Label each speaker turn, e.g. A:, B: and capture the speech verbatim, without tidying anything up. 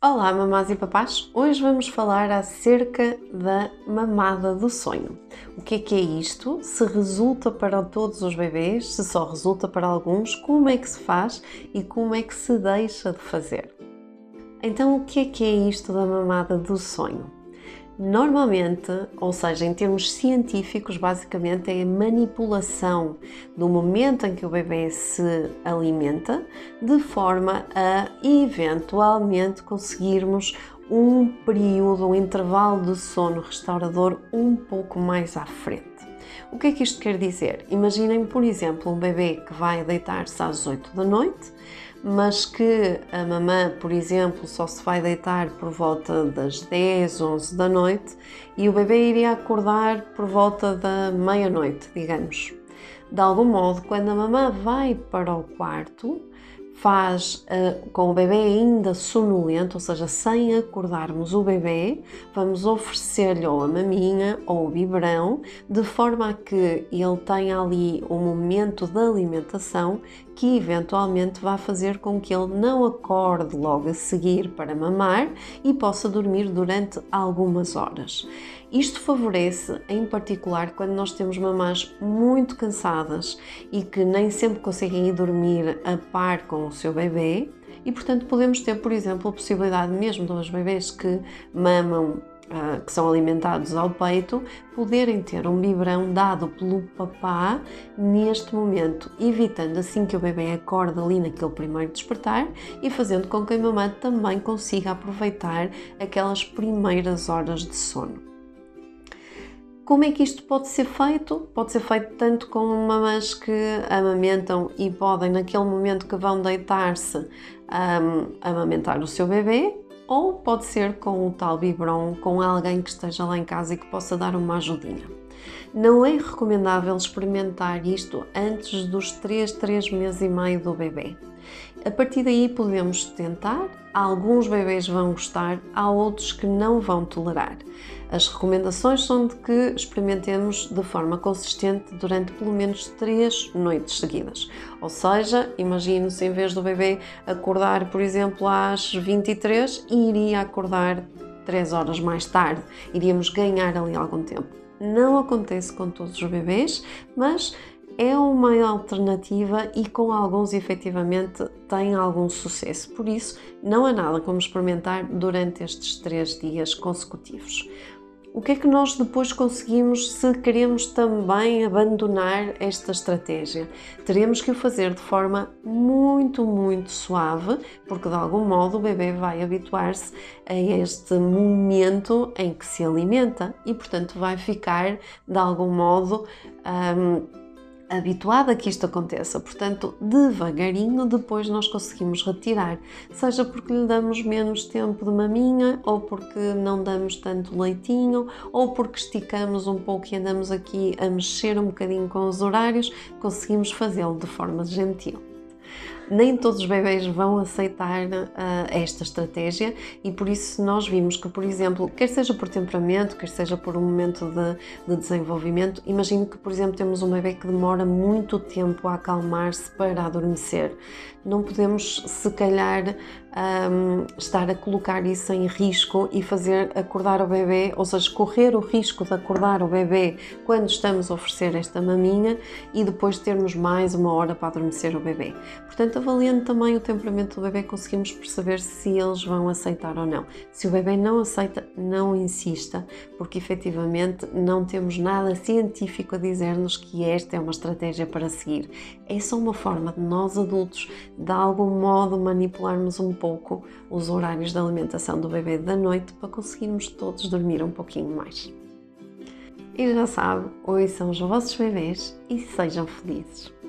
A: Olá, mamás e papás! Hoje vamos falar acerca da mamada do sonho. O que é que é isto? Se resulta para todos os bebês? Se só resulta para alguns? Como é que se faz e como é que se deixa de fazer? Então, o que é que é isto da mamada do sonho? Normalmente, ou seja, em termos científicos, basicamente é a manipulação do momento em que o bebê se alimenta, de forma a eventualmente conseguirmos um período, um intervalo de sono restaurador um pouco mais à frente. O que é que isto quer dizer? Imaginem, por exemplo, um bebê que vai deitar-se às oito da noite, mas que a mamã, por exemplo, só se vai deitar por volta das dez, onze da noite e o bebê iria acordar por volta da meia-noite, digamos. De algum modo, quando a mamã vai para o quarto, faz uh, com o bebê ainda sonolento, ou seja, sem acordarmos o bebê, vamos oferecer-lhe ou a maminha ou o biberão, de forma a que ele tenha ali um momento de alimentação que eventualmente vai fazer com que ele não acorde logo a seguir para mamar e possa dormir durante algumas horas. Isto favorece, em particular, quando nós temos mamás muito cansadas e que nem sempre conseguem ir dormir a par com o seu bebê e, portanto, podemos ter, por exemplo, a possibilidade mesmo dos bebês que mamam, que são alimentados ao peito, poderem ter um biberão dado pelo papá neste momento, evitando assim que o bebê acorde ali naquele primeiro despertar e fazendo com que a mamã também consiga aproveitar aquelas primeiras horas de sono. Como é que isto pode ser feito? Pode ser feito tanto com mamãs que amamentam e podem, naquele momento que vão deitar-se, um, amamentar o seu bebê, ou pode ser com o tal biberon, com alguém que esteja lá em casa e que possa dar uma ajudinha. Não é recomendável experimentar isto antes dos três, três meses e meio do bebê. A partir daí podemos tentar, alguns bebês vão gostar, há outros que não vão tolerar. As recomendações são de que experimentemos de forma consistente durante pelo menos três noites seguidas. Ou seja, imagine-se, em vez do bebê acordar, por exemplo, às vinte e três, iria acordar três horas mais tarde, iríamos ganhar ali algum tempo. Não acontece com todos os bebês, mas é uma alternativa e com alguns efetivamente tem algum sucesso. Por isso, não há nada como experimentar durante estes três dias consecutivos. O que é que nós depois conseguimos se queremos também abandonar esta estratégia? Teremos que o fazer de forma muito, muito suave, porque de algum modo o bebê vai habituar-se a este momento em que se alimenta e, portanto, vai ficar de algum modo um, habituada a que isto aconteça, portanto, devagarinho depois nós conseguimos retirar, seja porque lhe damos menos tempo de maminha, ou porque não damos tanto leitinho, ou porque esticamos um pouco e andamos aqui a mexer um bocadinho com os horários, conseguimos fazê-lo de forma gentil. Nem todos os bebês vão aceitar uh, esta estratégia e por isso nós vimos que, por exemplo, quer seja por temperamento, quer seja por um momento de, de desenvolvimento, imagino que, por exemplo, temos um bebê que demora muito tempo a acalmar-se para adormecer. Não podemos, se calhar, um, estar a colocar isso em risco e fazer acordar o bebê, ou seja, correr o risco de acordar o bebê quando estamos a oferecer esta maminha e depois termos mais uma hora para adormecer o bebê. Portanto, avaliando também o temperamento do bebê, conseguimos perceber se eles vão aceitar ou não. Se o bebê não aceita, não insista, porque efetivamente não temos nada científico a dizer-nos que esta é uma estratégia para seguir. É só uma forma de nós adultos, de algum modo, manipularmos um pouco os horários de alimentação do bebê da noite para conseguirmos todos dormir um pouquinho mais. E já sabe, ouçam os vossos bebês e sejam felizes.